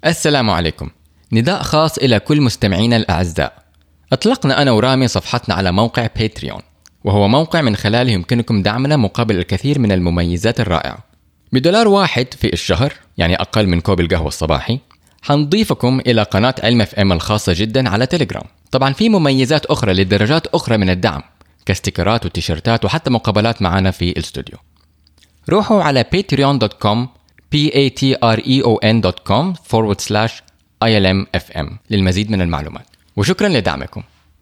السلام عليكم. نداء خاص إلى كل مستمعينا الأعزاء. أطلقنا أنا ورامي صفحتنا على موقع باتريون، وهو موقع من خلاله يمكنكم دعمنا مقابل الكثير من المميزات الرائعة. $1 في الشهر، يعني أقل من كوب القهوة الصباحي، حنضيفكم إلى قناة علم اف ام الخاصة جدا على تليجرام. طبعا في مميزات أخرى لدرجات أخرى من الدعم، كاستيكرات وتيشيرتات وحتى مقابلات معنا في الاستوديو. روحوا على patreon.com patreon.com/ILMFM للمزيد من المعلومات، وشكرا لدعمكم.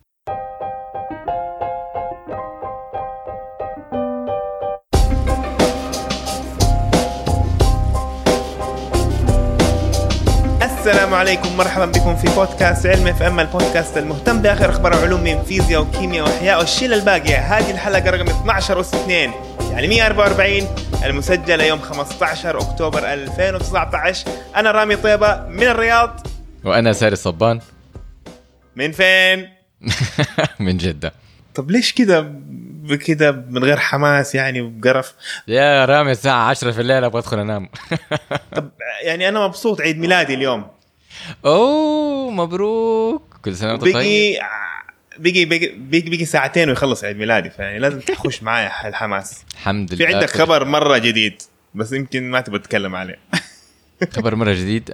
السلام عليكم، مرحبا بكم في بودكاست علم اف ام، البودكاست المهتم باخر اخبار علوم من فيزياء وكيمياء واحياء والشيله الباقيه. هذه الحلقه رقم 12/2 يعني 144، المسجله يوم 15 اكتوبر 2019. انا رامي طيبه من الرياض، وانا ساري صبان من فين؟ من جده. طب ليش كده من غير حماس يعني وبقرف؟ يا رامي الساعه 10 في الليل ابغى ادخل انام. طب يعني انا مبسوط، عيد ميلادي اليوم. اوه مبروك، كل سنه وانت طيب. بيجي ساعتين ويخلص عيد ميلادي، فيعني لازم تخش معايا الحماس. الحمد لله. في عندك خبر مرة جديد بس يمكن ما تبغى تتكلم عليه. خبر مرة جديد؟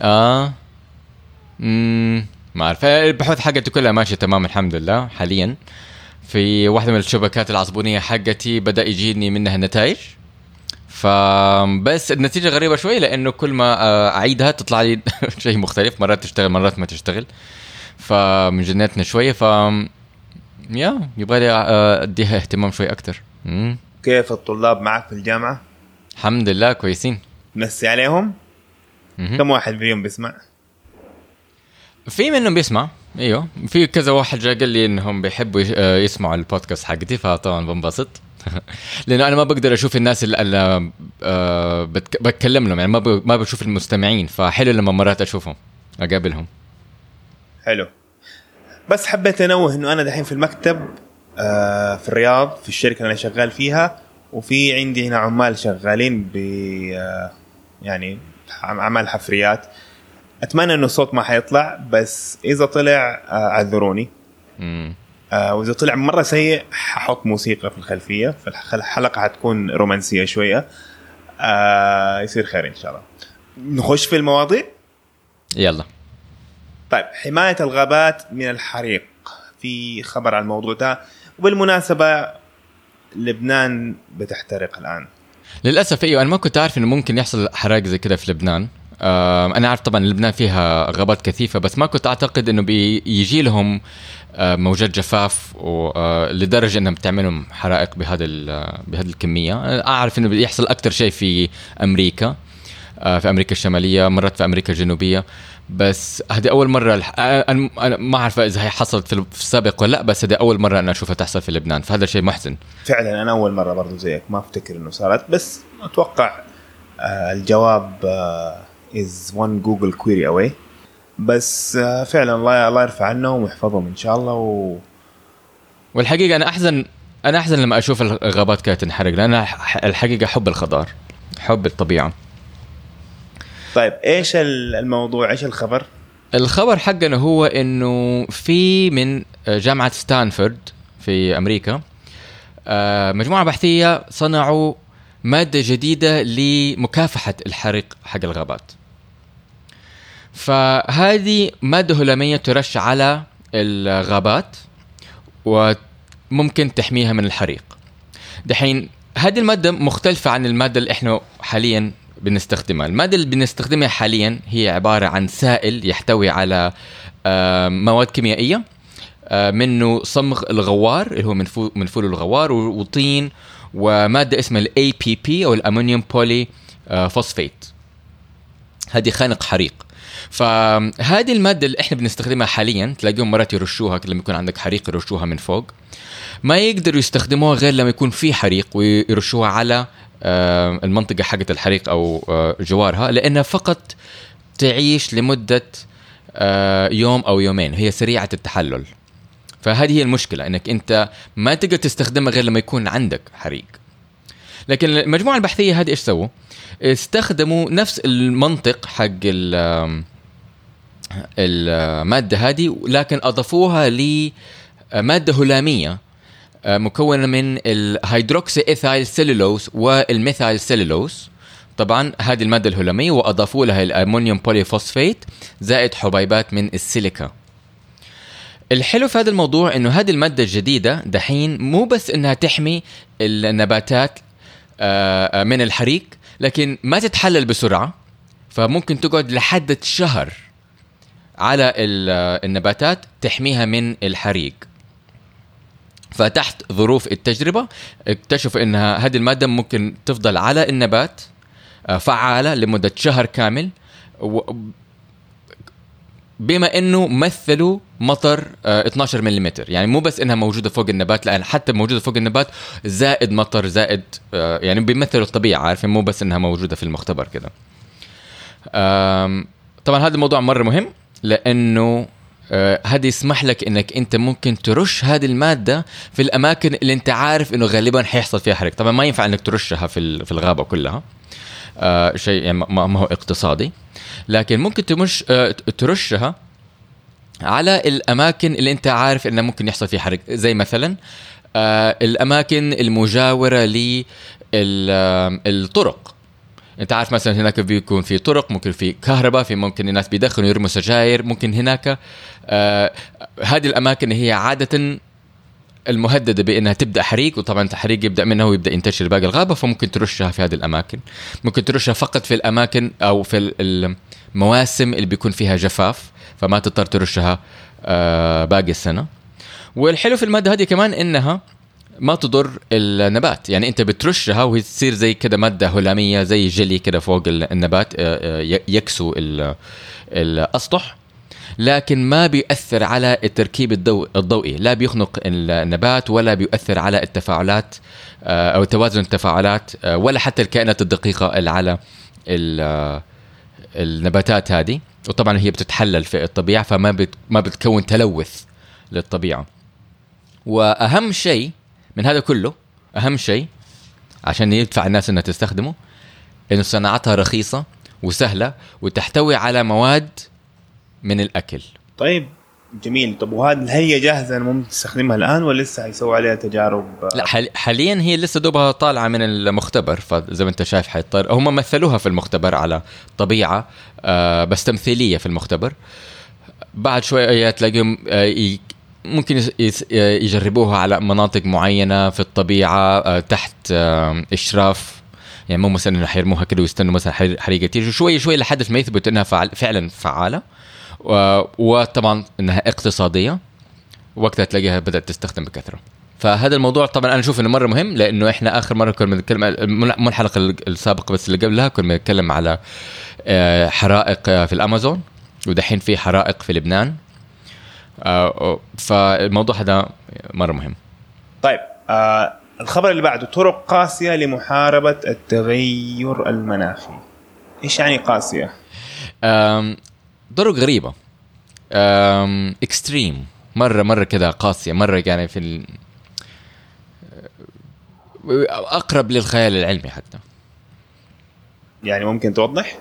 ما أعرف. البحوث حقتي كلها ماشية تمام الحمد لله. حاليا في واحدة من الشبكات العصبونية حقتي بدأ يجيني منها نتائج، فبس النتيجة غريبة شوي، لأنه كل ما أعيدها تطلع لي شيء مختلف، مرات تشتغل مرات ما تشتغل، فمن جنتنا شوية. يبغى لي أديها اهتمام شوي أكتر. كيف الطلاب معك في الجامعة؟ الحمد لله كويسين. نسي عليهم؟ كم واحد فيهم بيسمع؟ في منهم بيسمع، ايوه، في كذا واحد جاء قال لي انهم بيحبوا يسمعوا البودكاست حقتي، فطبعا بنبسط. لانه انا ما بقدر اشوف الناس اللي بتكلم لهم، يعني ما بشوف المستمعين، فحلو لما مرات اشوفهم اقابلهم. حلو. بس حبيت انوه انه انا دحين في المكتب في الرياض، في الشركه اللي انا شغال فيها، وفي عندي هنا عمال شغالين ب يعني اعمال حفريات. اتمنى انه الصوت ما حيطلع، بس اذا طلع اعذروني. واذا طلع مره سيء ححط موسيقى في الخلفيه، فالحلقه حتكون رومانسيه شويه. يصير خير ان شاء الله. نخش في المواضيع. يلا. طيب، حمايه الغابات من الحريق، في خبر عن الموضوع ده. وبالمناسبه لبنان بتحترق الان للاسف. ايوه، انا ما كنت عارف انه ممكن يحصل حرائق زي كده في لبنان. أنا عارف طبعا لبنان فيها غابات كثيفة، بس ما كنت أعتقد إنه بيجي لهم موجات جفاف لدرجة إنهم بتعملهم حرائق بهذه الكمية. أعرف إنه بيحصل أكتر شيء في أمريكا، في أمريكا الشمالية، مرات في أمريكا الجنوبية، بس هذه أول مرة. أنا ما أعرف إذا هي حصلت في السابق ولا لا، بس هذه أول مرة أنا أشوفها تحصل في لبنان، فهذا شيء محزن فعلا. أنا أول مرة برضو زيك، ما أفتكر إنه صارت، بس أتوقع الجواب is one Google query away. بس فعلا الله يرفع عنهم ويحفظهم إن شاء الله. والحقيقة أنا أحزن لما أشوف الغابات كانت تنحرق، لأن الحقيقة حب الخضار، حب الطبيعة. طيب إيش الموضوع؟ إيش الخبر حقنا هو إنه في من جامعة ستانفورد في أمريكا مجموعة بحثية صنعوا مادة جديدة لمكافحة الحريق حق الغابات. فهذه مادة هلامية ترش على الغابات وممكن تحميها من الحريق. دحين هذه المادة مختلفة عن المادة اللي احنا حاليا بنستخدمها. المادة اللي بنستخدمها حاليا هي عبارة عن سائل يحتوي على مواد كيميائية، منه صمغ الغوار اللي هو من فول الغوار، وطين، ومادة اسمها APP أو الأمونيوم بولي فوسفات. هذه خانق حريق. فهذه المادة اللي احنا بنستخدمها حاليا تلاقيهم مرات يرشوها لما يكون عندك حريق، يرشوها من فوق. ما يقدروا يستخدموها غير لما يكون في حريق ويرشوها على المنطقة حقة الحريق أو جوارها، لأنها فقط تعيش لمدة يوم أو يومين، هي سريعة التحلل. فهذه هي المشكلة، انك انت ما تقدر تستخدمها غير لما يكون عندك حريق. لكن المجموعة البحثية هذه ايش سووا؟ استخدموا نفس المنطق حق المادة هذه، لكن أضافوها لمادة هلامية مكونة من الهيدروكسي إيثايل سيلولوز والميثايل سيلولوز. طبعا هذه المادة الهلامية، وأضافوا لها الأمونيوم بوليفوسفات زائد حبيبات من السيليكا. الحلو في هذا الموضوع إنه هذه المادة الجديدة دحين مو بس إنها تحمي النباتات من الحريق، لكن ما تتحلل بسرعة، فممكن تقعد لحد شهر على النباتات تحميها من الحريق. فتحت ظروف التجربة اكتشفوا إنها هذه المادة ممكن تفضل على النبات فعالة لمدة شهر كامل، بما إنه مثلوا مطر 12 ملم. يعني مو بس إنها موجودة فوق النبات، لأن حتى موجودة فوق النبات زائد مطر زائد، يعني بيمثلوا الطبيعة، عارفين، مو بس إنها موجودة في المختبر كده. طبعا هذا الموضوع مرة مهم، لأنه هذا يسمح لك إنك أنت ممكن ترش هذه المادة في الأماكن اللي أنت عارف إنه غالبا حيحصل فيها حريق. طبعا ما ينفع إنك ترشها في الغابة كلها، شيء يعني ما هو اقتصادي، لكن ممكن ترشها على الأماكن اللي أنت عارف إنه ممكن يحصل فيها حريق، زي مثلا الأماكن المجاورة للطرق. انت عارف مثلا هناك بيكون في طرق، ممكن في كهرباء، في ممكن الناس بيدخنوا يرموا سجاير، ممكن هناك هذه الاماكن هي عاده المهدده بانها تبدا حريق، وطبعا الحريق يبدا منها ويبدا ينتشر باقي الغابه، فممكن ترشها في هذه الاماكن. ممكن ترشها فقط في الاماكن او في المواسم اللي بيكون فيها جفاف، فما تضطر ترشها باقي السنه. والحلو في الماده هذه كمان انها ما تضر النبات، يعني انت بترشها وهي تصير زي كده مادة هلامية زي جيلي كده فوق النبات يكسو الأسطح، لكن ما بيؤثر على التركيب الضوئي، لا بيخنق النبات ولا بيؤثر على التفاعلات أو توازن التفاعلات ولا حتى الكائنات الدقيقة اللي على النباتات هذه. وطبعا هي بتتحلل في الطبيعة، فما بتكون تلوث للطبيعة. وأهم شيء من هذا كله، أهم شيء عشان يدفع الناس أنها تستخدمه، إنه صناعتها رخيصة وسهلة وتحتوي على مواد من الأكل. طيب جميل. طب وهذا هل هي جاهزة أنا ممكن تستخدمها الآن ولا لسه هيسوي عليها تجارب؟ لا، حاليا هي لسه دوبها طالعة من المختبر، فزي ما أنت شايف حيضطر هم مثلوها في المختبر على طبيعة بس تمثيلية في المختبر. بعد شوية تلاقيهم ممكن يجربوها على مناطق معينة في الطبيعة تحت إشراف، يعني مو مثلا إنه حيرموها كده ويستنوا مثلا حريقة تيجي شوي لحد ما يثبت إنها فعلا فعالة، وطبعا إنها اقتصادية، وقتها تلاقيها بدأت تستخدم بكثرة. فهذا الموضوع طبعا أنا أشوف إنه مرة مهم، لأنه إحنا آخر مرة كنا بنتكلم مو الحلقة السابقة بس اللي قبلها كنا بنتكلم على حرائق في الأمازون، ودحين في حرائق في لبنان. فالموضوع هذا مرة مهم. طيب الخبر اللي بعده، طرق قاسية لمحاربة التغير المناخي. إيش يعني قاسية؟ طرق غريبة، اكستريم، مرة كذا قاسية، مرة يعني في أقرب للخيال العلمي حتى. يعني ممكن توضح؟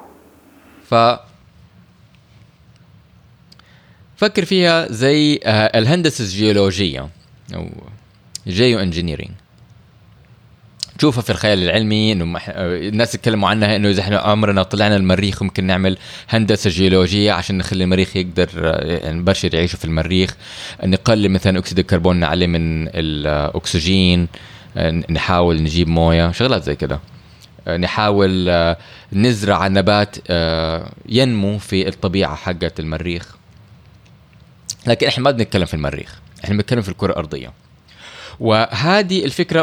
فكر فيها زي الهندسة الجيولوجية أو جيو انجينيرينج. تشوفها في الخيال العلمي إنه الناس يتكلموا عنها إنه إذا إحنا عمرنا طلعنا المريخ ممكن نعمل هندسة جيولوجية عشان نخلي المريخ يقدر يعني بشر يعيشوا في المريخ، نقلل مثلا أكسيد الكربون نعلي من الأكسجين، نحاول نجيب موية، شغلات زي كده. نحاول نزرع النبات ينمو في الطبيعة حقة المريخ. لكن احنا ما بنتكلم في المريخ، احنا بنتكلم في الكرة الأرضية. وهذه الفكرة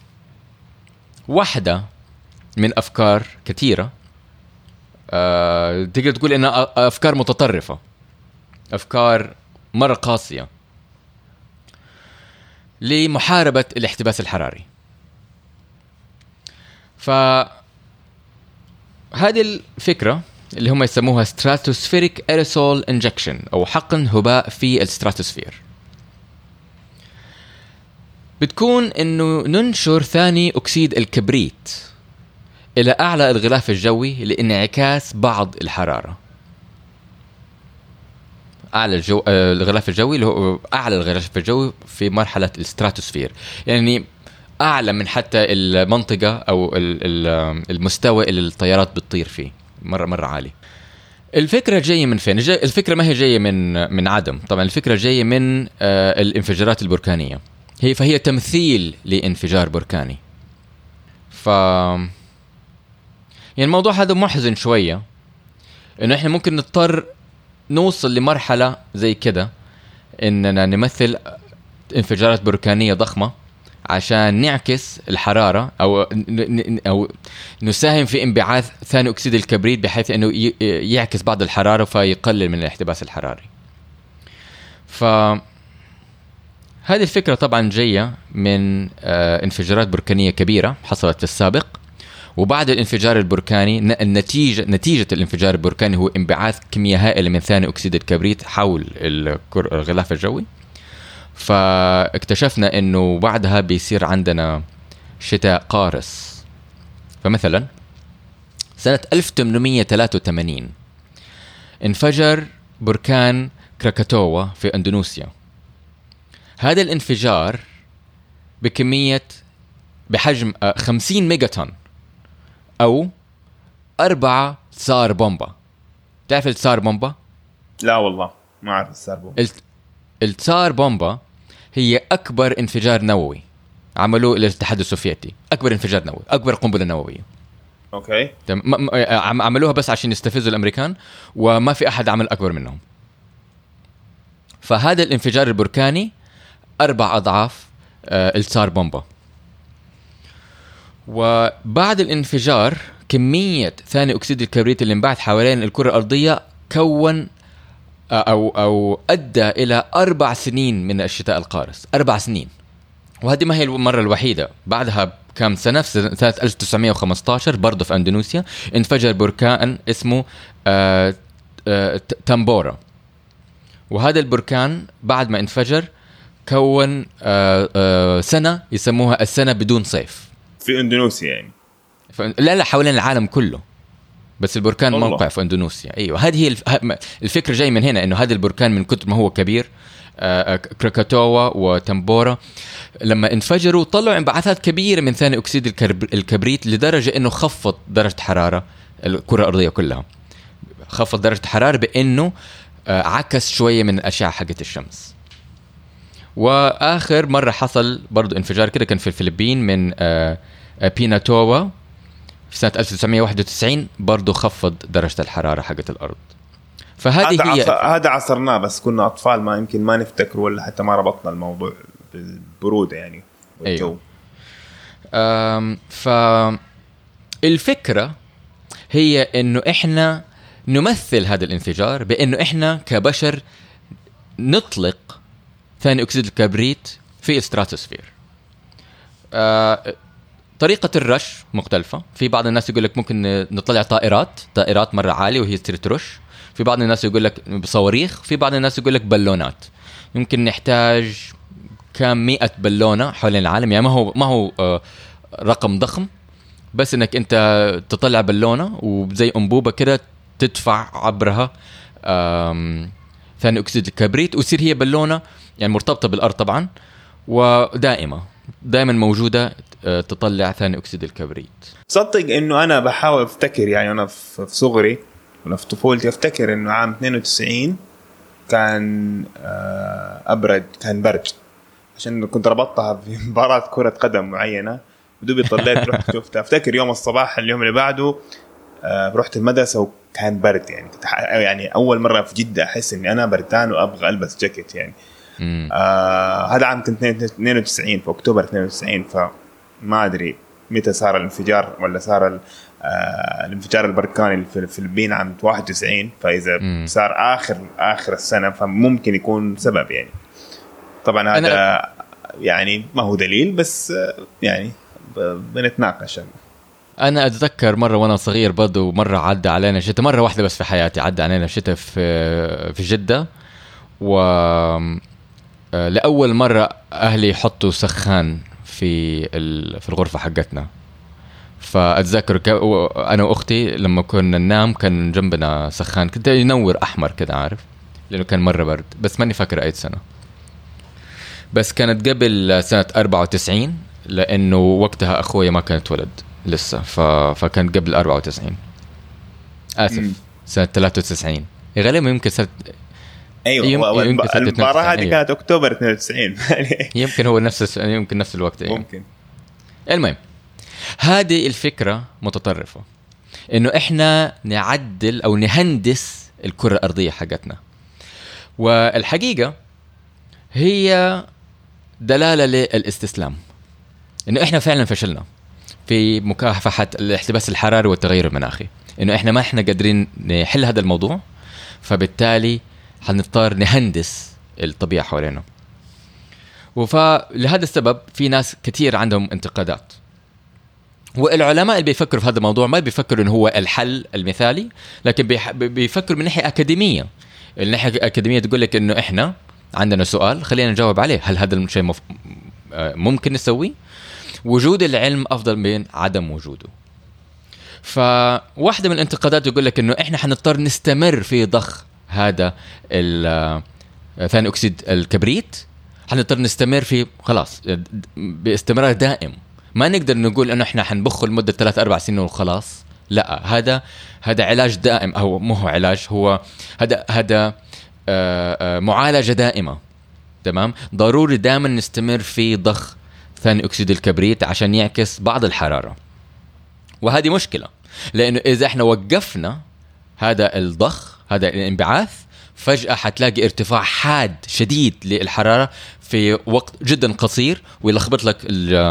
واحدة من أفكار كثيرة، تقدر تقول إنها أفكار متطرفة، أفكار مرة قاسية لمحاربة الاحتباس الحراري. فهذه الفكرة اللي هم يسموها stratospheric aerosol injection أو حقن هباء في الستراتوسفير، بتكون إنه ننشر ثاني أكسيد الكبريت إلى أعلى الغلاف الجوي لانعكاس بعض الحرارة. اعلى الغلاف الجوي اللي هو اعلى الغلاف الجوي في مرحله الستراتوسفير، يعني اعلى من حتى المنطقه او المستوى اللي الطيارات بتطير فيه، مره عالي. الفكره جايه من فين؟ الفكره ما هي جايه من عدم، طبعا الفكره جايه من الانفجارات البركانيه، فهي تمثيل لانفجار بركاني. يعني الموضوع هذا محزن شويه، انه احنا ممكن نضطر نوصل لمرحله زي كده اننا نمثل انفجارات بركانيه ضخمه عشان نعكس الحراره او نساهم في انبعاث ثاني اكسيد الكبريت بحيث انه يعكس بعض الحراره فيقلل من الاحتباس الحراري. هذه الفكره طبعا جايه من انفجارات بركانيه كبيره حصلت في السابق، وبعد الانفجار البركاني نتيجة الانفجار البركاني هو انبعاث كمية هائلة من ثاني أكسيد الكبريت حول الغلاف الجوي. فاكتشفنا أنه بعدها بيصير عندنا شتاء قارس. فمثلا سنة 1883 انفجر بركان كراكاتوا في أندونيسيا. هذا الانفجار بحجم 50 ميجا طن أو 4 تسار بومبا. تعرف التسار بومبا؟ لا والله ما أعرف التسار بومبا. التسار بومبا هي أكبر انفجار نووي عملوه الاتحاد السوفيتي، أكبر انفجار نووي، أكبر قنبلة نووية. أوكي. عملوها بس عشان يستفزوا الأمريكان، وما في أحد عمل أكبر منهم. فهذا الانفجار البركاني 4 أضعاف التسار بومبا. وبعد الانفجار كمية ثاني أكسيد الكبريت اللي انبعث حوالين الكرة الأرضية كون أو أدى إلى 4 سنين من الشتاء القارس. 4 سنين. وهذه ما هي المرة الوحيدة. بعدها كم سنة، في سنة 1915 برضو في أندونيسيا انفجر بركان اسمه تامبورا. وهذا البركان بعد ما انفجر كون سنة يسموها السنة بدون صيف في اندونيسيا يعني. لا حوالين العالم كله، بس البركان موقع في اندونيسيا. ايوه، هذه هي الفكره جاي من هنا، انه هذا البركان من كتر ما هو كبير، كراكاتوا وتامبورا لما انفجروا طلعوا انبعاثات كبيره من ثاني اكسيد الكبريت لدرجه انه خفض درجه حراره الكره الارضيه كلها. خفض درجه حراره بانه عكس شويه من الاشعه حقت الشمس. واخر مره حصل برضو انفجار كده كان في الفلبين من بيناتوا في سنه 1991، برضو خفض درجه الحراره حقت الارض. فهذه هذا عصرناه بس كنا اطفال، ما يمكن ما نفتكر ولا حتى ما ربطنا الموضوع بالبروده يعني والجو. فالفكره هي انه احنا نمثل هذا الانفجار بانه احنا كبشر نطلق ثاني أكسيد الكبريت في الستراتوسفير. طريقة الرش مختلفة. في بعض الناس يقول لك ممكن نطلع طائرات مرة عالية وهي ترش. في بعض الناس يقول لك بصواريخ. في بعض الناس يقول لك بالونات. يمكن نحتاج كم 100 بالونة حول العالم، يعني ما هو رقم ضخم، بس انك انت تطلع بالونة وزي أنبوبة كده تدفع عبرها ثاني أكسيد الكبريت وتصير هي بالونة يعني مرتبطة بالأرض طبعا، ودائما موجودة تطلع ثاني أكسيد الكبريت. صدق إنه أنا بحاول أفتكر، يعني أنا في صغري وأنا في طفولتي أفتكر إنه عام 92 كان أبرد، كان برد، عشان كنت ربطتها في مباراة كرة قدم معينة بدوبي طلعت رحت شفتها. أفتكر يوم الصباح اليوم اللي بعده رحت المدرسة وكان برد، يعني أول مرة في جدة أحس إني أنا بردان وأبغى ألبس جاكيت يعني. هذا عام كنت 92 في أكتوبر 92، فما أدري متى صار الانفجار، ولا صار الانفجار البركاني في الفلبين عام 91. فإذا صار آخر السنة فممكن يكون سبب يعني. طبعا هذا يعني ما هو دليل، بس يعني بنتناقش. أنا أتذكر مرة وأنا صغير برضو، مرة عدى علينا شتاء، مرة واحدة بس في حياتي عدى علينا شتاء في جدة، لأول مرة أهلي يحطوا سخان في الغرفة حقتنا. فأتذكر أنا وأختي لما كنا ننام كان جنبنا سخان كده ينور أحمر كده، عارف، لانه كان مره برد، بس ماني فاكر اي سنه، بس كانت قبل سنه 94 لانه وقتها اخويا ما كان اتولد لسه، فكان قبل 94 اسف سنه 93 غالبا يمكن سنه ايوه المباراه هذه كانت اكتوبر 92 يمكن هو يمكن نفس الوقت ممكن. المهم هذه الفكره متطرفه انه احنا نعدل او نهندس الكره الارضيه حقتنا، والحقيقه هي دلاله للاستسلام، انه احنا فعلا فشلنا في مكافحه الاحتباس الحراري والتغير المناخي، انه احنا ما احنا قادرين نحل هذا الموضوع، فبالتالي حنضطر نهندس الطبيعه حوالينا. ولهذا السبب في ناس كتير عندهم انتقادات، والعلماء اللي بيفكروا في هذا الموضوع ما بيفكروا انه هو الحل المثالي، لكن بيفكروا من ناحيه اكاديميه. الناحيه الاكاديميه تقول لك انه احنا عندنا سؤال خلينا نجاوب عليه، هل هذا الشيء ممكن نسويه؟ وجود العلم افضل من عدم وجوده. فواحده من الانتقادات يقول لك انه احنا حنضطر نستمر في ضخ هذا ثاني اكسيد الكبريت، حنضطر نستمر في خلاص باستمرار دائم، ما نقدر نقول انه احنا حنبخه لمده 3-4 سنين وخلاص. لا، هذا علاج دائم، او مو هو علاج، هو هذا معالجه دائمه. تمام، ضروري دائما نستمر في ضخ ثاني اكسيد الكبريت عشان يعكس بعض الحراره، وهذه مشكله، لانه اذا احنا وقفنا هذا الضخ، هذا الانبعاث، فجاه حتلاقي ارتفاع حاد شديد للحراره في وقت جدا قصير، ويلخبط لك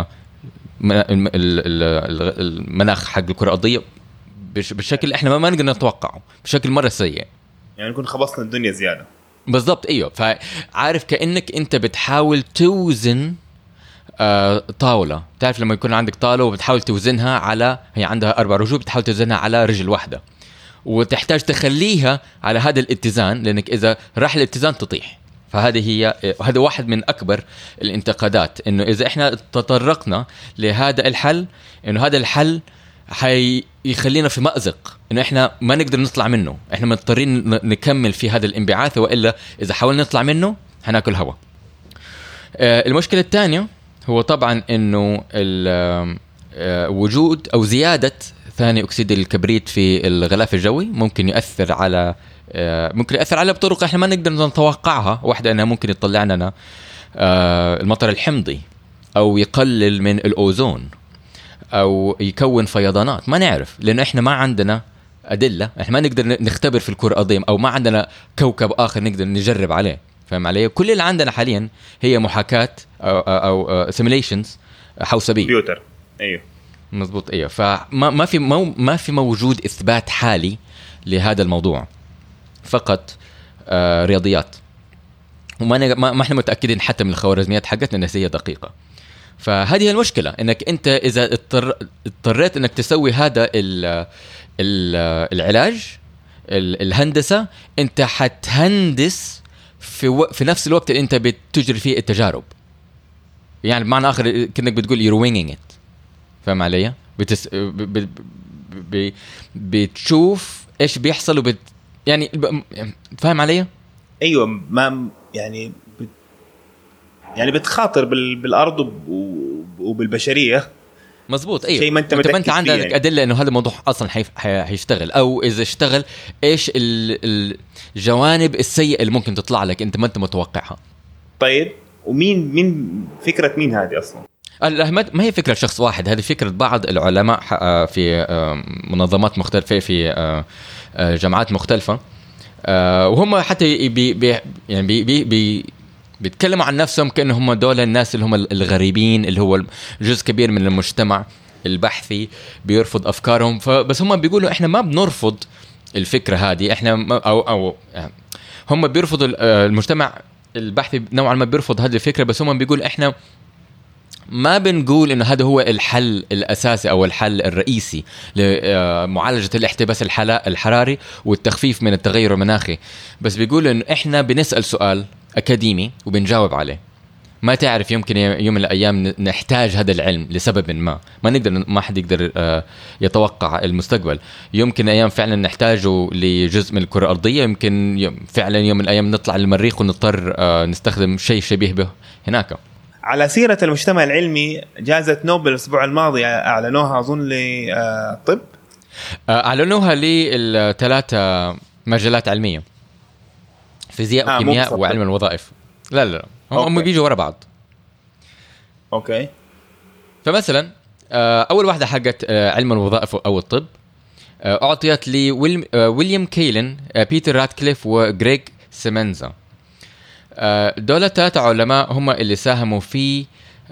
المناخ حق الكره الارضيه بشكل احنا ما نقدر نتوقعه، بشكل مره سيء، يعني نكون خبصنا الدنيا زياده. بالضبط، ايوه. فعارف كانك انت بتحاول توزن طاوله، تعرف لما يكون عندك طاوله وبتحاول توزنها على، هي عندها 4 رجول، بتحاول توزنها على رجل واحده، وتحتاج تخليها على هذا الاتزان، لانك اذا راح الاتزان تطيح. فهذه هذا واحد من اكبر الانتقادات، انه اذا احنا تطرقنا لهذا الحل، انه هذا الحل حيخلينا في مأزق، انه احنا ما نقدر نطلع منه، احنا مضطرين نكمل في هذا الانبعاث، والا اذا حاولنا نطلع منه هناكل هواء. المشكله الثانيه هو طبعا انه وجود او زياده ثاني اكسيد الكبريت في الغلاف الجوي ممكن يؤثر على بطرق احنا ما نقدر نتوقعها. واحده انها ممكن يطلع لنا المطر الحمضي، او يقلل من الاوزون، او يكون فيضانات، ما نعرف، لانه احنا ما عندنا ادله، احنا ما نقدر نختبر في الكره الارضيه، او ما عندنا كوكب اخر نقدر نجرب عليه. فاهم علي؟ كل اللي عندنا حاليا هي محاكاه او سيميليشنز حوسبيه، كمبيوتر. ايوه مزبوط، ايوه. ما في موجود اثبات حالي لهذا الموضوع، فقط رياضيات، وما احنا متاكدين حتى من الخوارزميات حقتنا انها هي دقيقه. فهذه هي المشكله، انك انت اذا اضطريت انك تسوي هذا العلاج، الهندسه، انت حتهندس في نفس الوقت اللي انت بتجري فيه التجارب. يعني بمعنى اخر كأنك بتقول you're winging it. فاهم علي؟ بتشوف ايش بيحصل يعني فاهم علي؟ ايوه، ما يعني بتخاطر بالارض وبالبشريه. مزبوط، ايوه. شيء ما انت عندك يعني ادله انه هذا الموضوع اصلا حيشتغل، او اذا اشتغل ايش الجوانب السيئه اللي ممكن تطلع لك انت ما انت متوقعها. طيب، ومين فكره مين هذه اصلا؟ ما هي فكره شخص واحد، هذه فكره بعض العلماء في منظمات مختلفه، في جامعات مختلفه، وهم حتى بيتكلموا عن نفسهم كأنه هم دول الناس اللي هم الغريبين، اللي هو جزء كبير من المجتمع البحثي بيرفض أفكارهم. بس هم بيقولوا إحنا ما بنرفض الفكرة هذه، إحنا أو هم بيرفضوا المجتمع البحثي نوعا ما بيرفض هذه الفكرة، بس هم بيقول إحنا ما بنقول إنه هذا هو الحل الأساسي أو الحل الرئيسي لمعالجة الاحتباس الحراري والتخفيف من التغير المناخي، بس بيقول إنه إحنا بنسأل سؤال أكاديمي وبنجاوب عليه. ما تعرف، يمكن يوم من الأيام نحتاج هذا العلم لسبب ما نقدر، ما حد يقدر يتوقع المستقبل. يمكن أيام فعلا نحتاجه لجزء من الكرة الأرضية، يمكن فعلا يوم من الأيام نطلع للمريخ ونضطر نستخدم شيء شبيه به هناك. على سيرة المجتمع العلمي، جائزة نوبل الأسبوع الماضي أعلنوها أظن للطب. أعلنوها للثلاثة مجالات علمية: فيزياء وكيمياء وعلم الوظائف. لا هم بيجوا ورا بعض. اوكي. فمثلا اول واحده حقت علم الوظائف او الطب اعطيت لي ويليام كيلن، بيتر راتكليف وغريغ سيمنزا. دول 3 علماء هم اللي ساهموا في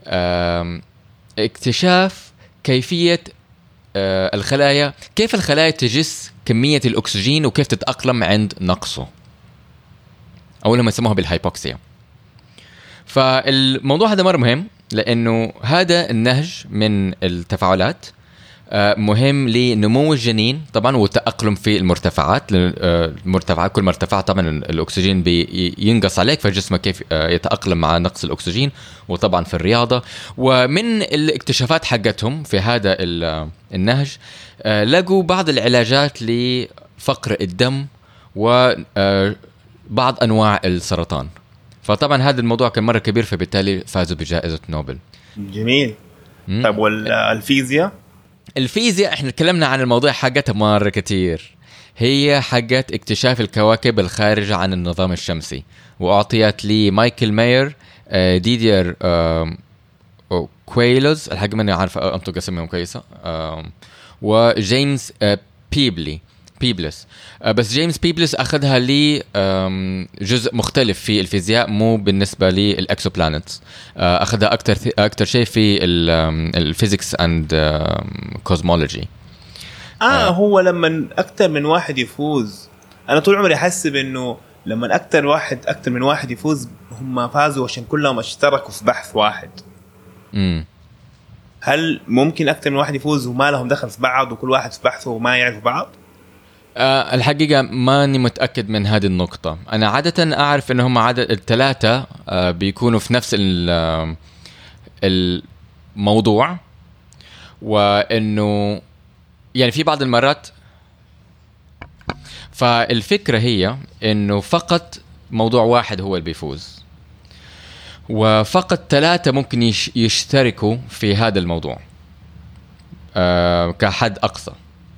اكتشاف كيفيه الخلايا، كيف الخلايا تجس كميه الاكسجين وكيف تتاقلم عند نقصه، او لما يسموها بالهايبوكسيا. فالموضوع هذا مرة مهم، لأنه هذا النهج من التفاعلات مهم لنمو الجنين طبعا والتأقلم في المرتفعات. كل ما ارتفع طبعا الأكسجين بينقص عليك، فجسمك كيف يتأقلم مع نقص الأكسجين، وطبعا في الرياضة. ومن الاكتشافات حقتهم في هذا النهج لقوا بعض العلاجات لفقر الدم وبعض أنواع السرطان. فطبعا هذا الموضوع كان مرة كبير، فبالتالي فازوا بجائزة نوبل. جميل. طيب والفيزياء؟ الفيزياء احنا تكلمنا عن الموضوع حقتها مرة كتير. هي حقت اكتشاف الكواكب الخارجة عن النظام الشمسي، وأعطيت لي مايكل ماير، ديدير كويلوز، الحق مني عارف أنطق اسمهم كويسة، وجيمس بيبلس. بس جيمس بيبلس أخذها لي جزء مختلف في الفيزياء، مو بالنسبة للإكسوبلانيتس. أخذها أكتر شيء في الفيزيكس أند كوزمولوجي. هو لما أكتر من واحد يفوز، أنا طول عمري أحسب إنه لما أكتر من واحد يفوز هم فازوا عشان كلهم اشتركوا في بحث واحد. هل ممكن أكتر من واحد يفوز وما لهم دخل في بعض وكل واحد في بحثه وما يعرفوا بعض؟ الحقيقة ماني متأكد من هذه النقطة. أنا عادة أعرف إنهم عدد 3 بيكونوا في نفس الموضوع، وإنه يعني في بعض المرات. فالفكرة هي إنه فقط موضوع واحد هو اللي بيفوز، وفقط 3 ممكن يشتركوا في هذا الموضوع كحد أقصى.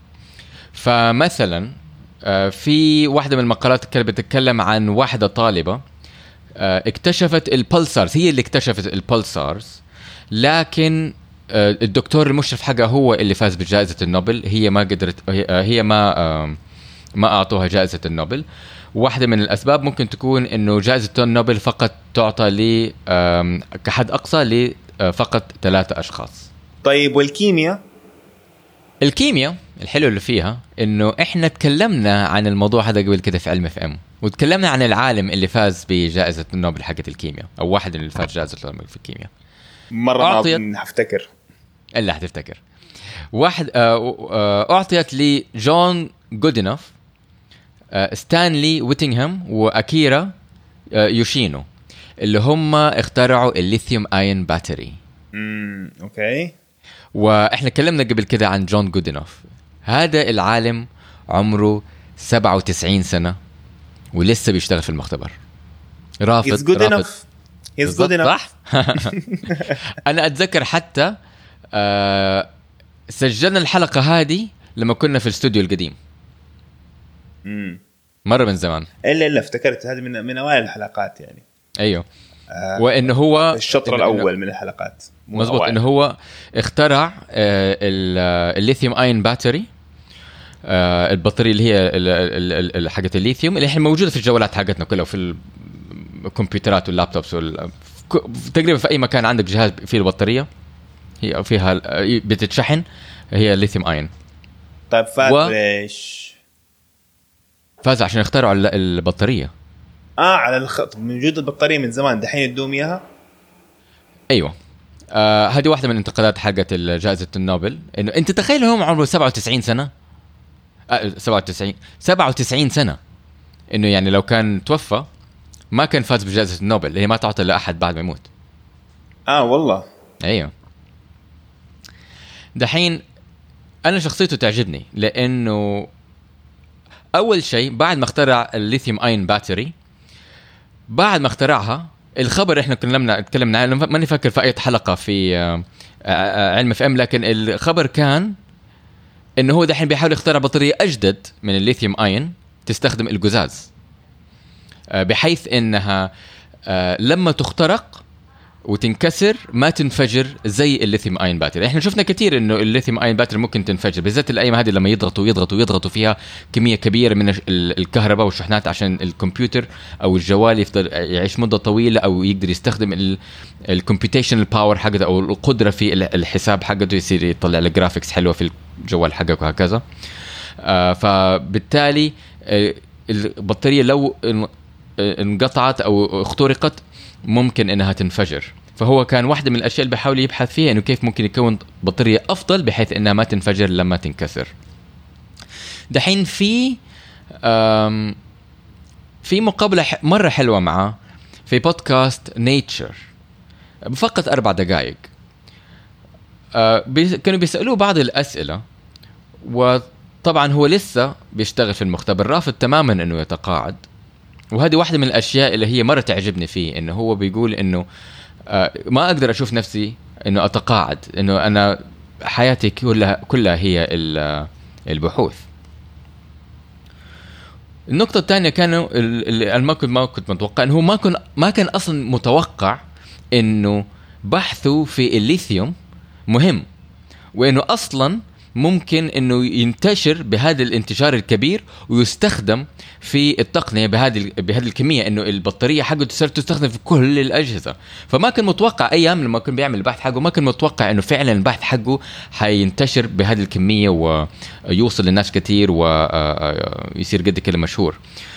فمثلا في واحدة من المقالات كانت بتتكلم عن واحدة طالبة اكتشفت البلسارز، هي اللي اكتشفت البلسارز، لكن الدكتور المشرف حقها هو اللي فاز بجائزة النوبل. هي ما قدرت، هي ما أعطوها جائزة النوبل. واحدة من الأسباب ممكن تكون إنه جائزة النوبل فقط تعطى لي كحد أقصى لفقط 3 أشخاص. طيب والكيمياء؟ الكيمياء الحلو اللي فيها إنه إحنا تكلمنا عن الموضوع هذا قبل كده في علم FM، وتكلمنا عن العالم اللي فاز بجائزة النوبل حقت الكيمياء، أو واحد اللي فاز جائزة النوبل في الكيمياء. مرة ما هفتكر إلا هتفتكر. واحد أعطيت لي جون جودينوف، ستانلي ويتينغهام، وأكيرا يوشينو، اللي هم اخترعوا الليثيوم آين باتري. أوكي. وإحنا كلمنا قبل كده عن جون جودينوف. هذا العالم عمره 97 سنة ولسه بيشتغل في المختبر. رافض. He's good enough. صح؟ أنا أتذكر حتى سجلنا الحلقة هذه لما كنا في الاستوديو القديم. مرة من زمان. إلا افتكرت هذه من أوائل الحلقات يعني. أيوه. وإنه هو الشطر الأول من الحلقات. مزبوط. إنه هو اخترع الليثيوم آين باتري، البطارية اللي هي حقت الليثيوم اللي هي موجودة في الجوالات حقتنا كلها وفي الكمبيوترات واللابتوبس تقريبا في أي مكان عندك جهاز فيه البطارية هي فيها بتتشحن، هي الليثيوم آين. طيب فاز ليش؟ فاز عشان اخترعوا البطارية. على الخط موجود البطارية من زمان، دحين يدوم إياها. أيوة. هذه واحدة من الانتقادات حقت جائزة النوبل، إنه أنت تخيل هم عمره 97 سنة. 97 سنة، إنه يعني لو كان توفى ما كان فاز بجائزة النوبل، هي ما تعطى لأحد بعد ما يموت. والله ايوه. دحين انا شخصيته تعجبني لانه اول شيء بعد ما اخترع الليثيوم اين باتري، بعد ما اخترعها الخبر احنا تكلمنا عنه، ما نفكر في اي حلقه في علم اف ام، لكن الخبر كان انه هو دحين بيحاول يخترع بطاريه اجدد من الليثيوم اين تستخدم القزاز، بحيث انها لما تخترق وتنكسر ما تنفجر زي الليثيوم اين باتري. احنا شفنا كثير انه الليثيوم اين باتري ممكن تنفجر، بالذات الايام هذه لما يضغطوا فيها كميه كبيره من الكهرباء والشحنات عشان الكمبيوتر او الجوال يفضل يعيش مده طويله، او يقدر يستخدم الكمبيوتيشنال باور حقته او القدره في الحساب حقته، يصير يطلع لك جرافيكس حلوه في الجوال حقك وهكذا. فبالتالي البطاريه لو انقطعت او اخترقت ممكن انها تنفجر. فهو كان واحدة من الاشياء اللي بيحاول يبحث فيها انه كيف ممكن يكون بطارية افضل بحيث انها ما تنفجر لما تنكسر. دحين في مقابلة مرة حلوة معه في بودكاست نيتشر فقط 4 دقائق. كانوا بيسألوه بعض الأسئلة، وطبعا هو لسه بيشتغل في المختبر، رافض تماما انه يتقاعد. وهذه واحدة من الأشياء اللي هي مرة تعجبني فيه، إنه هو بيقول إنه ما أقدر أشوف نفسي إنه أتقاعد، إنه أنا حياتي كلها هي البحوث. النقطة الثانية كانوا اللي أنا ما كنت متوقع، إنه هو ما كان أصلا متوقع إنه بحثه في الليثيوم مهم، وإنه أصلا ممكن انه ينتشر بهذا الانتشار الكبير ويستخدم في التقنيه بهذه الكميه، انه البطاريه حقته تصير تستخدم في كل الاجهزه. فما كان متوقع ايام لما كان بيعمل البحث حقه، ما كان متوقع انه فعلا البحث حقه حينتشر بهذه الكميه ويوصل للناس كثير ويصير قد كده مشهور.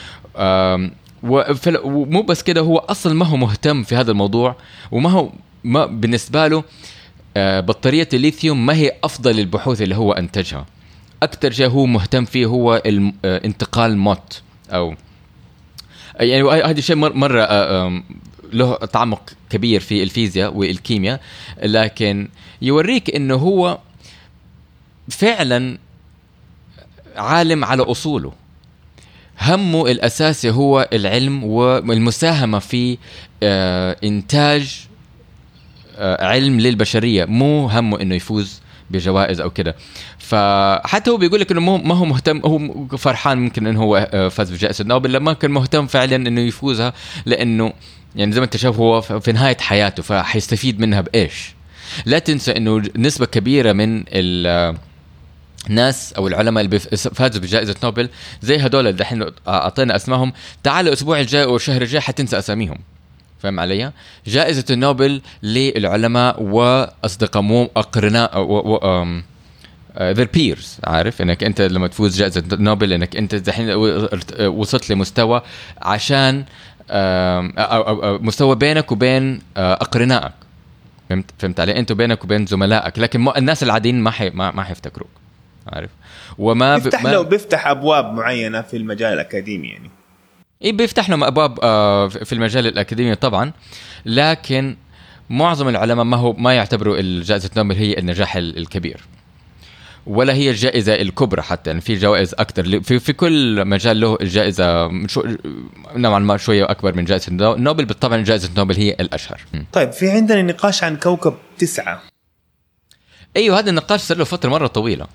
ومو بس كده، هو اصلا ما هو مهتم في هذا الموضوع، ما بالنسبه له بطارية الليثيوم ما هي أفضل البحوث اللي هو أنتجها. أكتر شيء هو مهتم فيه هو انتقال موت، أو يعني هذا الشيء مرة له تعمق كبير في الفيزياء والكيمياء، لكن يوريك إنه هو فعلا عالم على أصوله. همه الأساسي هو العلم والمساهمة في إنتاج علم للبشرية، مو همه انه يفوز بجوائز او كده. فحتى هو بيقول لك انه ما هو مهتم، هو فرحان ممكن انه هو فاز بجائزة نوبل، لما كان مهتم فعلا انه يفوزها، لانه يعني زي ما انت شايف هو في نهاية حياته فحيستفيد منها بايش. لا تنسى انه نسبة كبيرة من الناس او العلماء اللي فازوا بجائزة نوبل زي هدول اللي الحين اعطينا اسمائهم، تعالوا الاسبوع الجاي او الشهر الجاي حتنسى اساميهم. فهم علي؟ جائزة النوبل للعلماء وأصدقاء مو أقرناء their peers. عارف إنك أنت لما تفوز جائزة النوبل إنك أنت دحين وصلت لمستوى عشان أو مستوى بينك وبين أقرنائك. فهمت علي؟ أنت بينك وبين زملائك، لكن الناس العاديين ما حيفتكروك. عارف؟ وما بيفتح أبواب معينة في المجال الأكاديمي يعني. بيفتح لهم أبواب في المجال الأكاديمي طبعا، لكن معظم العلماء ما يعتبروا الجائزة نوبل هي النجاح الكبير، ولا هي الجائزة الكبرى حتى. يعني في جوائز أكتر في كل مجال له الجائزة نوعا ما شوية أكبر من جائزة نوبل. بالطبع جائزة نوبل هي الأشهر. طيب في عندنا نقاش عن كوكب 9. أيوه، هذا النقاش صار له فترة مرة طويلة.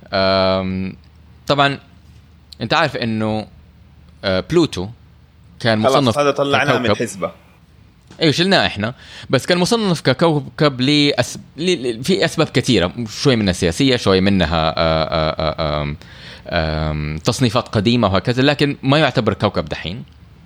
طبعا أنت عارف إنه بلوتو كان مصنف، هذا طلعناه من الحسبة. ايوه شلناه احنا، بس كان مصنف ككوكب في اسباب كثيره، شوي منها سياسيه، شوي منها تصنيفات قديمه وهكذا، لكن ما يعتبر كوكب دحين.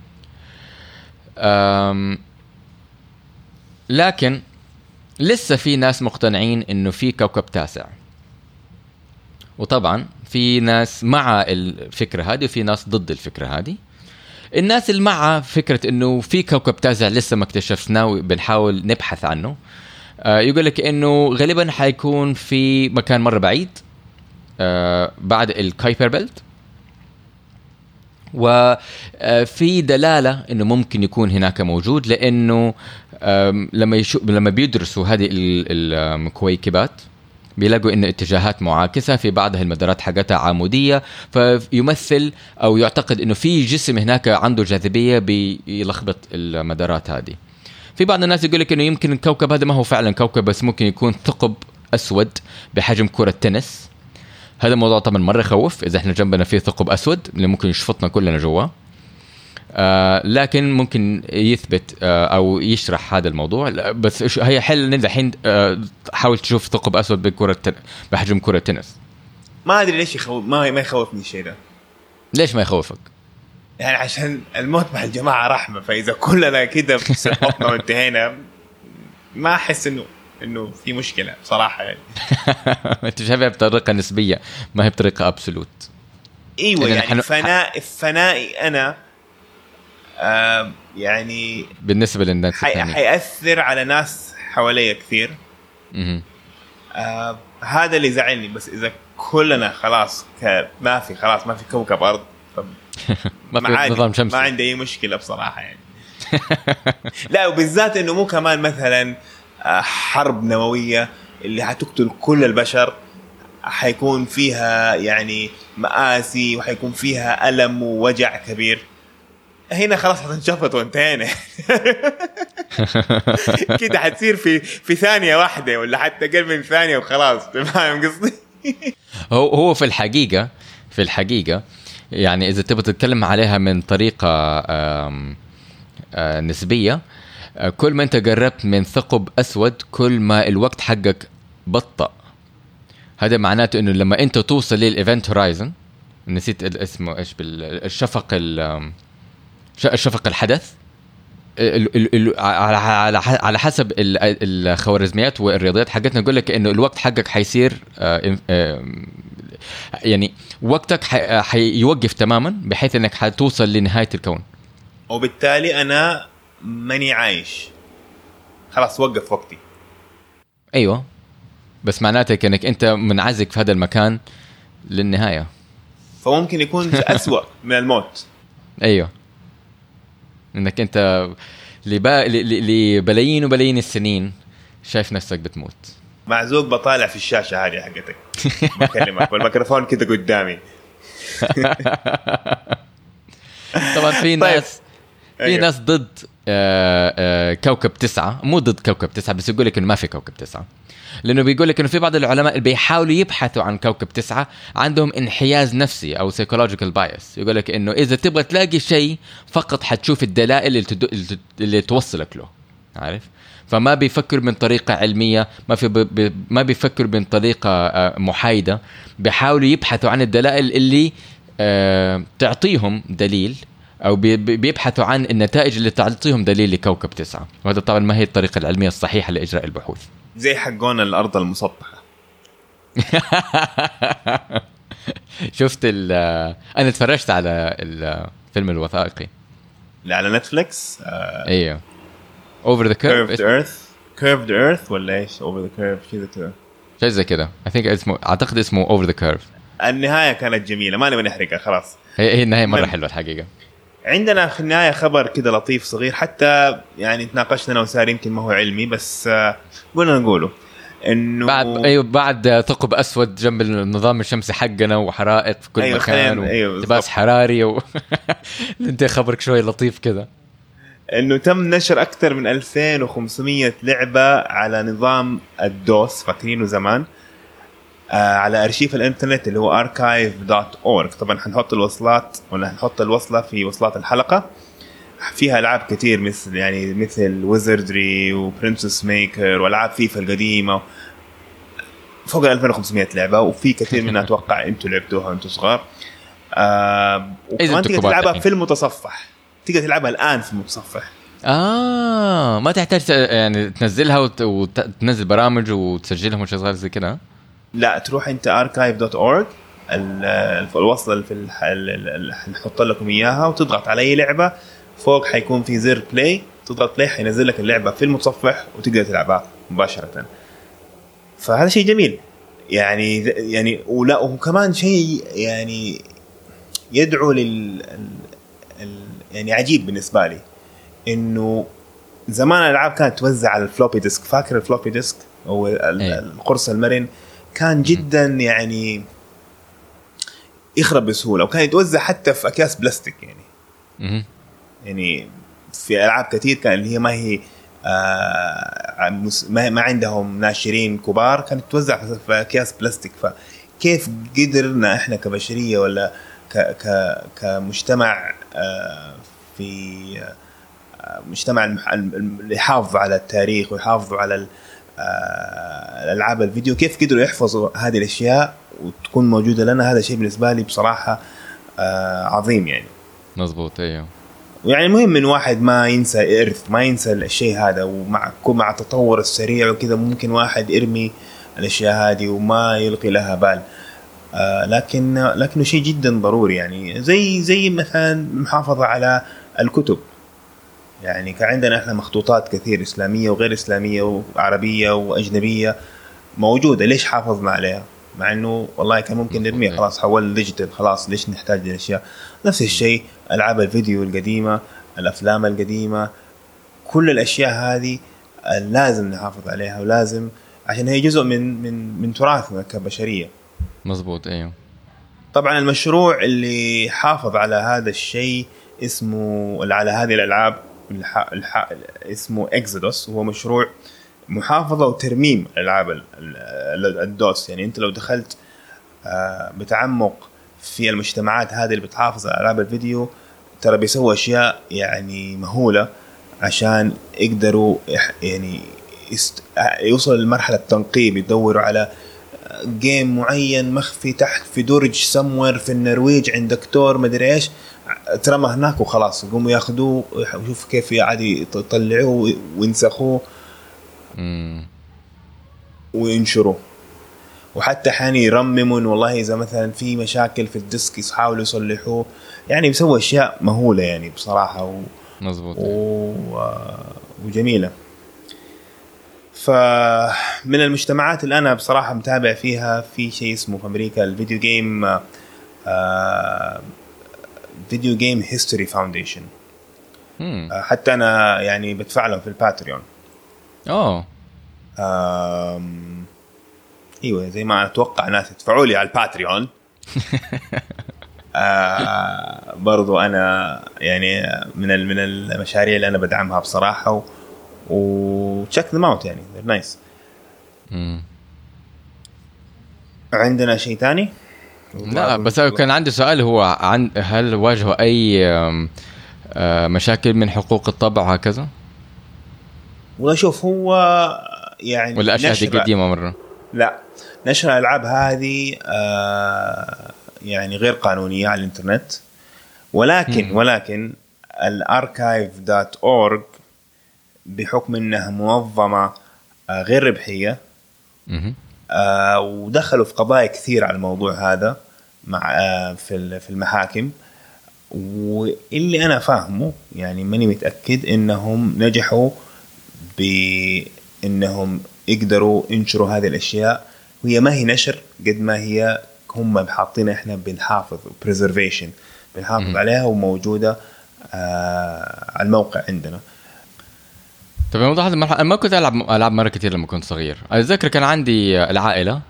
لكن لسه في ناس مقتنعين انه في كوكب 9، وطبعا في ناس مع الفكره هذه وفي ناس ضد الفكره هذه. الناس اللي مع فكرة إنه في كوكب 9 لسه ما اكتشفناه وبنحاول نبحث عنه، يقول لك إنه غالبا حيكون في مكان مرة بعيد بعد الكايبر بيلت، وفي دلالة إنه ممكن يكون هناك موجود، لأنه لما بيدرسوا هذه الكويكبات بيلاقوا إنه اتجاهات معاكسة في بعضها، المدارات حقتها عمودية، فيمثل أو يعتقد إنه في جسم هناك عنده جاذبية بيلخبط المدارات هذه. في بعض الناس يقول لك إنه يمكن الكوكب هذا ما هو فعلا كوكب، بس ممكن يكون ثقب أسود بحجم كرة تنس. هذا الموضوع طبعا مرة يخوف إذا إحنا جنبنا فيه ثقب أسود اللي ممكن يشفطنا كلنا جوا. لكن ممكن يثبت أو يشرح هذا الموضوع. بس هي حل إن الحين حاول تشوف ثقب أسود بحجم كرة تنس. ما أدري ليش يخوف، ما يخوفني الشيء ده. ليش ما يخوفك؟ يعني عشان الموت مع الجماعة رحمة، فإذا كلنا كده سقطنا وانتهينا ما أحس إنه في مشكلة بصراحة يعني. أنت شايفها بطريقة نسبية، ما هي بطريقة أبسولوت. ايوه يعني فنائي انا يعني بالنسبه للناس حيأثر على ناس حواليا كثير. هذا اللي زعلني. بس اذا كلنا خلاص ما في كوكب ارض ما في نظام شمسي، ما عندي اي مشكله بصراحه يعني. لا، وبالذات انه مو كمان مثلا حرب نوويه اللي هتقتل كل البشر، حيكون فيها يعني مآسي وحيكون فيها ألم ووجع كبير. هنا خلاص هتنشفط وانتهينا. كده حتصير في ثانية واحدة ولا حتى قل من ثانية وخلاص. فاهم قصدي؟ هو في الحقيقة يعني إذا تبغى تتكلم عليها من طريقة نسبية، كل ما أنت قربت من ثقب أسود كل ما الوقت حقك بطأ. هذا معناته إنه لما أنت توصل للإيفنت هورايزن، نسيت اسمه إيش الشفق الحدث، على حسب الخوارزميات والرياضيات حقتنا نقول لك إنه الوقت حقك حيصير يعني وقتك حيوقف تماما بحيث إنك حتوصل لنهاية الكون، وبالتالي أنا ماني عايش، خلاص وقف وقتي. أيوة، بس معناته انك انت منعزق في هذا المكان للنهايه، فممكن يكون أسوأ من الموت. ايوه، انك انت لبلايين وبلايين السنين شايف نفسك بتموت، معزوق بطالع في الشاشه هذه حقتك بكلمك والميكروفون كده قدامي. طبعا في ناس في ناس ضد كوكب 9، مو ضد كوكب 9 بس يقول لك انه ما في كوكب 9، لأنه بيقول لك إنه في بعض العلماء اللي بيحاولوا يبحثوا عن كوكب 9 عندهم انحياز نفسي أو psychological bias. يقول لك إنه إذا تبغى تلاقي شيء فقط حتشوف الدلائل اللي توصلك له، عارف؟ فما بيفكر من طريقة علمية، ما بيفكر من طريقة محايدة، بيحاولوا يبحثوا عن الدلائل اللي تعطيهم دليل، أو بيبحثوا عن النتائج اللي تعطيهم دليل لكوكب 9. وهذا طبعا ما هي الطريقة العلمية الصحيحة لإجراء البحوث. زي حقون الأرض المسطحة. شفت أنا اتفرجت على الفيلم الوثائقي اللي على نتفليكس. ايوه Over the Curved Earth ولا ايش؟ Over the Curve كذا شيء زي كده. أعتقد اسمه Over the Curve. النهاية كانت جميلة، ما نبي نحرقها خلاص. هي النهاية مرة حلوة الحقيقة. عندنا في النهاية خبر كده لطيف صغير، حتى يعني تناقشنا أنا وساري، يمكن ما هو علمي بس قلنا نقوله إنه بعد ثقب أسود جنب النظام الشمسي حقنا وحرائق في كل مكان ولباس حراري انت خبرك شوي لطيف كده، إنه تم نشر أكثر من 2500 لعبة على نظام الدوس، فاكرينه زمان، على أرشيف الإنترنت اللي هو archive.org. طبعا هنحط الوصلات ولا هنحط الوصلة في وصلات الحلقة. فيها ألعاب كتير مثل ويزردري وبرنسس ميكر وألعاب فيفا القديمة، فوق 2500 لعبة، وفي كتير منها أتوقع أنتوا لعبتوها وأنتوا صغار. وكمان تقدر تلعبها في المتصفح، تقدر تلعبها الآن في المتصفح. ما تحتاج يعني تنزلها وتنزل برامج وتسجلهم وشيء صغير زي كده. لا، تروح انت archive.org، الوصلة اللي نحط لكم اياها، وتضغط على اي لعبة فوق حيكون في زر بلاي، تضغط بلاي حينزل لك اللعبة في المتصفح وتقدر تلعبها مباشرة. فهذا شيء جميل يعني ولا، وكمان شيء يعني يدعو يعني عجيب بالنسبه لي انه زمان الالعاب كانت توزع على الفلوبي ديسك. فاكر الفلوبي ديسك او القرص المرن؟ كان جدا يعني يخرب بسهوله، وكان يتوزع حتى في اكياس بلاستيك يعني. يعني في العاب كثير كان اللي هي ما هي ما عندهم ناشرين كبار، كانت توزع في اكياس بلاستيك. فكيف قدرنا احنا كبشريه ولا كمجتمع في مجتمع اللي يحافظ على التاريخ ويحافظوا على الالعاب الفيديو، كيف قدروا يحفظوا هذه الاشياء وتكون موجوده لنا؟ هذا شيء بالنسبه لي بصراحه عظيم يعني. مظبوط. ايوه. يعني المهم من واحد ما ينسى إرث، ما ينسى الشيء هذا، ومع التطور السريع وكذا ممكن واحد يرمي الاشياء هذه وما يلقي لها بال. لكنه شيء جدا ضروري يعني. زي مثلا المحافظه على الكتب. يعني كان عندنا احنا مخطوطات كثير اسلاميه وغير اسلاميه وعربيه واجنبيه موجوده، ليش حافظنا عليها؟ مع انه والله كان ممكن نرميها خلاص، حول ديجيتال خلاص، ليش نحتاج الاشياء؟ نفس الشيء العاب الفيديو القديمه، الافلام القديمه، كل الاشياء هذه لازم نحافظ عليها، ولازم عشان هي جزء من تراثنا كبشريه. مظبوط. ايوه. طبعا المشروع اللي حافظ على هذا الشيء اسمه على هذه الالعاب اسمه إكزودوس. هو مشروع محافظة وترميم الألعاب الدوس. يعني أنت لو دخلت بتعمق في المجتمعات هذه اللي بتحافظ على ألعاب الفيديو، ترى بيسووا أشياء يعني مهولة عشان يقدروا يعني يوصل لمرحلة التنقيب، يدوروا على جيم معين مخفي تحت في درج سموير في النرويج عند دكتور مدري ايش، ترمى هناك وخلاص، يقوموا ياخذوه ويشوف كيف عادي يطلعوه وينسخوه وينشروه. وحتى حين يرممون والله إذا مثلا في مشاكل في الديسك يحاولوا يصلحوه. يعني بيسوي أشياء مهولة يعني بصراحة مظبوط. وجميلة. فمن المجتمعات اللي أنا بصراحة متابع فيها في شيء اسمه في أمريكا الفيديو جيم فيديو جيم هيستوري فاونديشن. حتى أنا يعني بدفع لهم في الباتريون. ايوه زي ما اتوقع ناس يدفعوا لي على الباتريون. برضو انا يعني من المشاريع اللي انا بدعمها بصراحه وتشيك ذم اوت يعني نايس. عندنا شيء تاني؟ لا بس كان عندي سؤال، هو هل واجهوا اي مشاكل من حقوق الطبع وهكذا؟ والله شوف هو يعني ولا أشياء دي قديمة مرة؟ لا، نشر الألعاب هذه يعني غير قانونية على الإنترنت، ولكن الارchive.org بحكم إنها منظمة غير ربحية ودخلوا في قضايا كثير على الموضوع هذا مع في المحاكم، واللي أنا فاهمه يعني ماني متأكد إنهم نجحوا بإنهم يقدروا ينشروا هذه الأشياء، وهي ما هي نشر قد ما هي هم حاطين إحنا بنحافظ preservation بنحافظ عليها وموجودة على الموقع عندنا. طيب الموضوع هذا أنا ما كنت ألعب مرة كتير لما كنت صغير. أتذكر كان عندي العائلة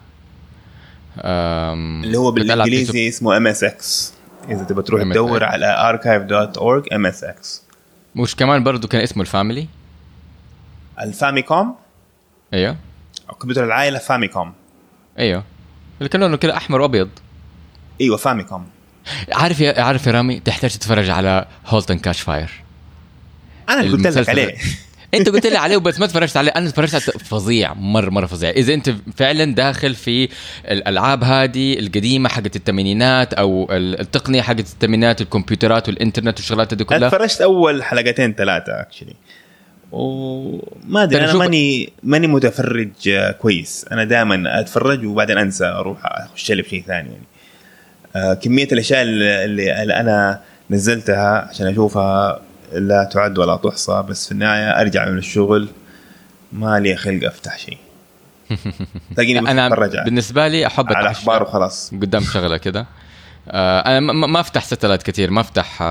اللي هو بالإنجليزي اسمه MSX، إذا تبى تروح تدور على archive.org MSX. مش كمان برضو كان اسمه الفاميكوم؟ ايوه كمبيوتر العائلة فاميكوم. ايوه اللي كان لونه كده احمر وابيض. ايوه فاميكوم. عارف يا رامي تحتاج تتفرج على هولتن كاش فاير. انا قلت لك عليه. انت قلت لي عليه بس ما تفرجت عليه. انا تفرجت عليه فظيع مره فظيع. اذا انت فعلا داخل في الالعاب هذه القديمه حقت الثمانينات او التقنيه حقت الثمانينات الكمبيوترات والانترنت والشغلات دي كلها، تفرجت اول حلقتين ثلاثه اكشلي وما ادري. انا ماني متفرج كويس. انا دائما اتفرج وبعدين انسى اروح اخش لي بشيء ثاني يعني. كميه الاشياء اللي انا نزلتها عشان اشوفها لا تعد ولا تحصى، بس في النهايه ارجع من الشغل ما لي خلق افتح شيء. انا بالنسبه لي احب على اخبار وخلاص قدام شغله كده انا ما افتح ستلايت كتير، ما افتح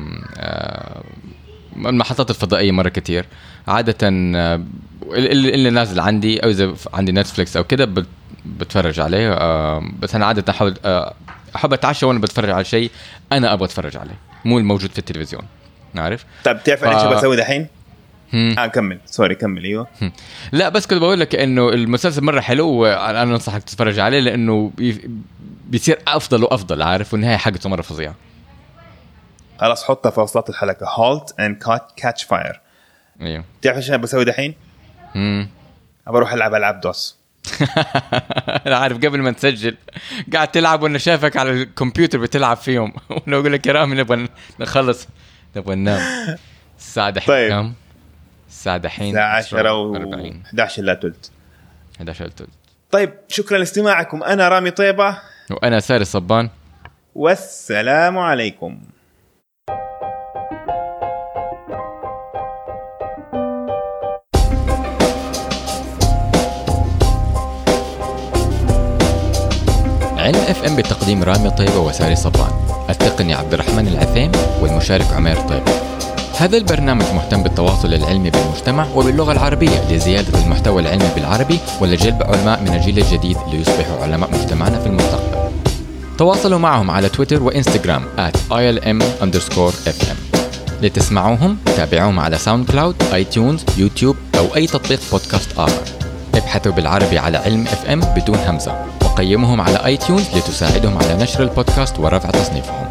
المحطات الفضائيه مره كتير. عاده اللي نازل عندي، او اذا عندي نتفليكس او كده بتفرج عليه. بس انا عاده احب اتعشى وانا بتفرج على شيء انا ابغى اتفرج عليه، مو الموجود في التلفزيون. عارف؟ طب تعرف ايش بسوي دحين؟ كمل. سوري كمل. ايوه لا بس كنت بقول لك انه المسلسل مره حلو، وانا انصحك تتفرج عليه لانه بيصير افضل وافضل. عارف؟ والنهايه حقته مره فظيعه. خلاص حطها في وسط الحلقه. Halt and Catch Fire. ايوه. تعرف ايش انا بسوي دحين؟ بروح العب العاب دوس. انا عارف قبل ما نسجل قاعد تلعب وانا شايفك على الكمبيوتر بتلعب فيهم. وانا اقول لك يا رامي نبغى نخلص، نبغى ننام. الساعه دحين طيب. كم؟ الساعه دحين 10:11 الا ثلث. 11 الا ثلث. طيب شكرا لاستماعكم. انا رامي طيبه وانا ساري الصبان، والسلام عليكم. علم اف ام بتقديم رامي طيبة وساري صبان، التقني عبد الرحمن العثيم، والمشارك عمير طيبة. هذا البرنامج مهتم بالتواصل العلمي بالمجتمع وباللغة العربية لزيادة المحتوى العلمي بالعربي ولجلب علماء من الجيل الجديد ليصبحوا علماء مجتمعنا في المستقبل. تواصلوا معهم على تويتر وإنستغرام @ilm_fm. لتسمعوهم تابعوهم على ساوند كلاود، اي تيونز، يوتيوب أو أي تطبيق بودكاست آخر. ابحثوا بالعربي على علم اف ام بدون همزة، وقيمهم على اي تيونز لتساعدهم على نشر البودكاست ورفع تصنيفهم.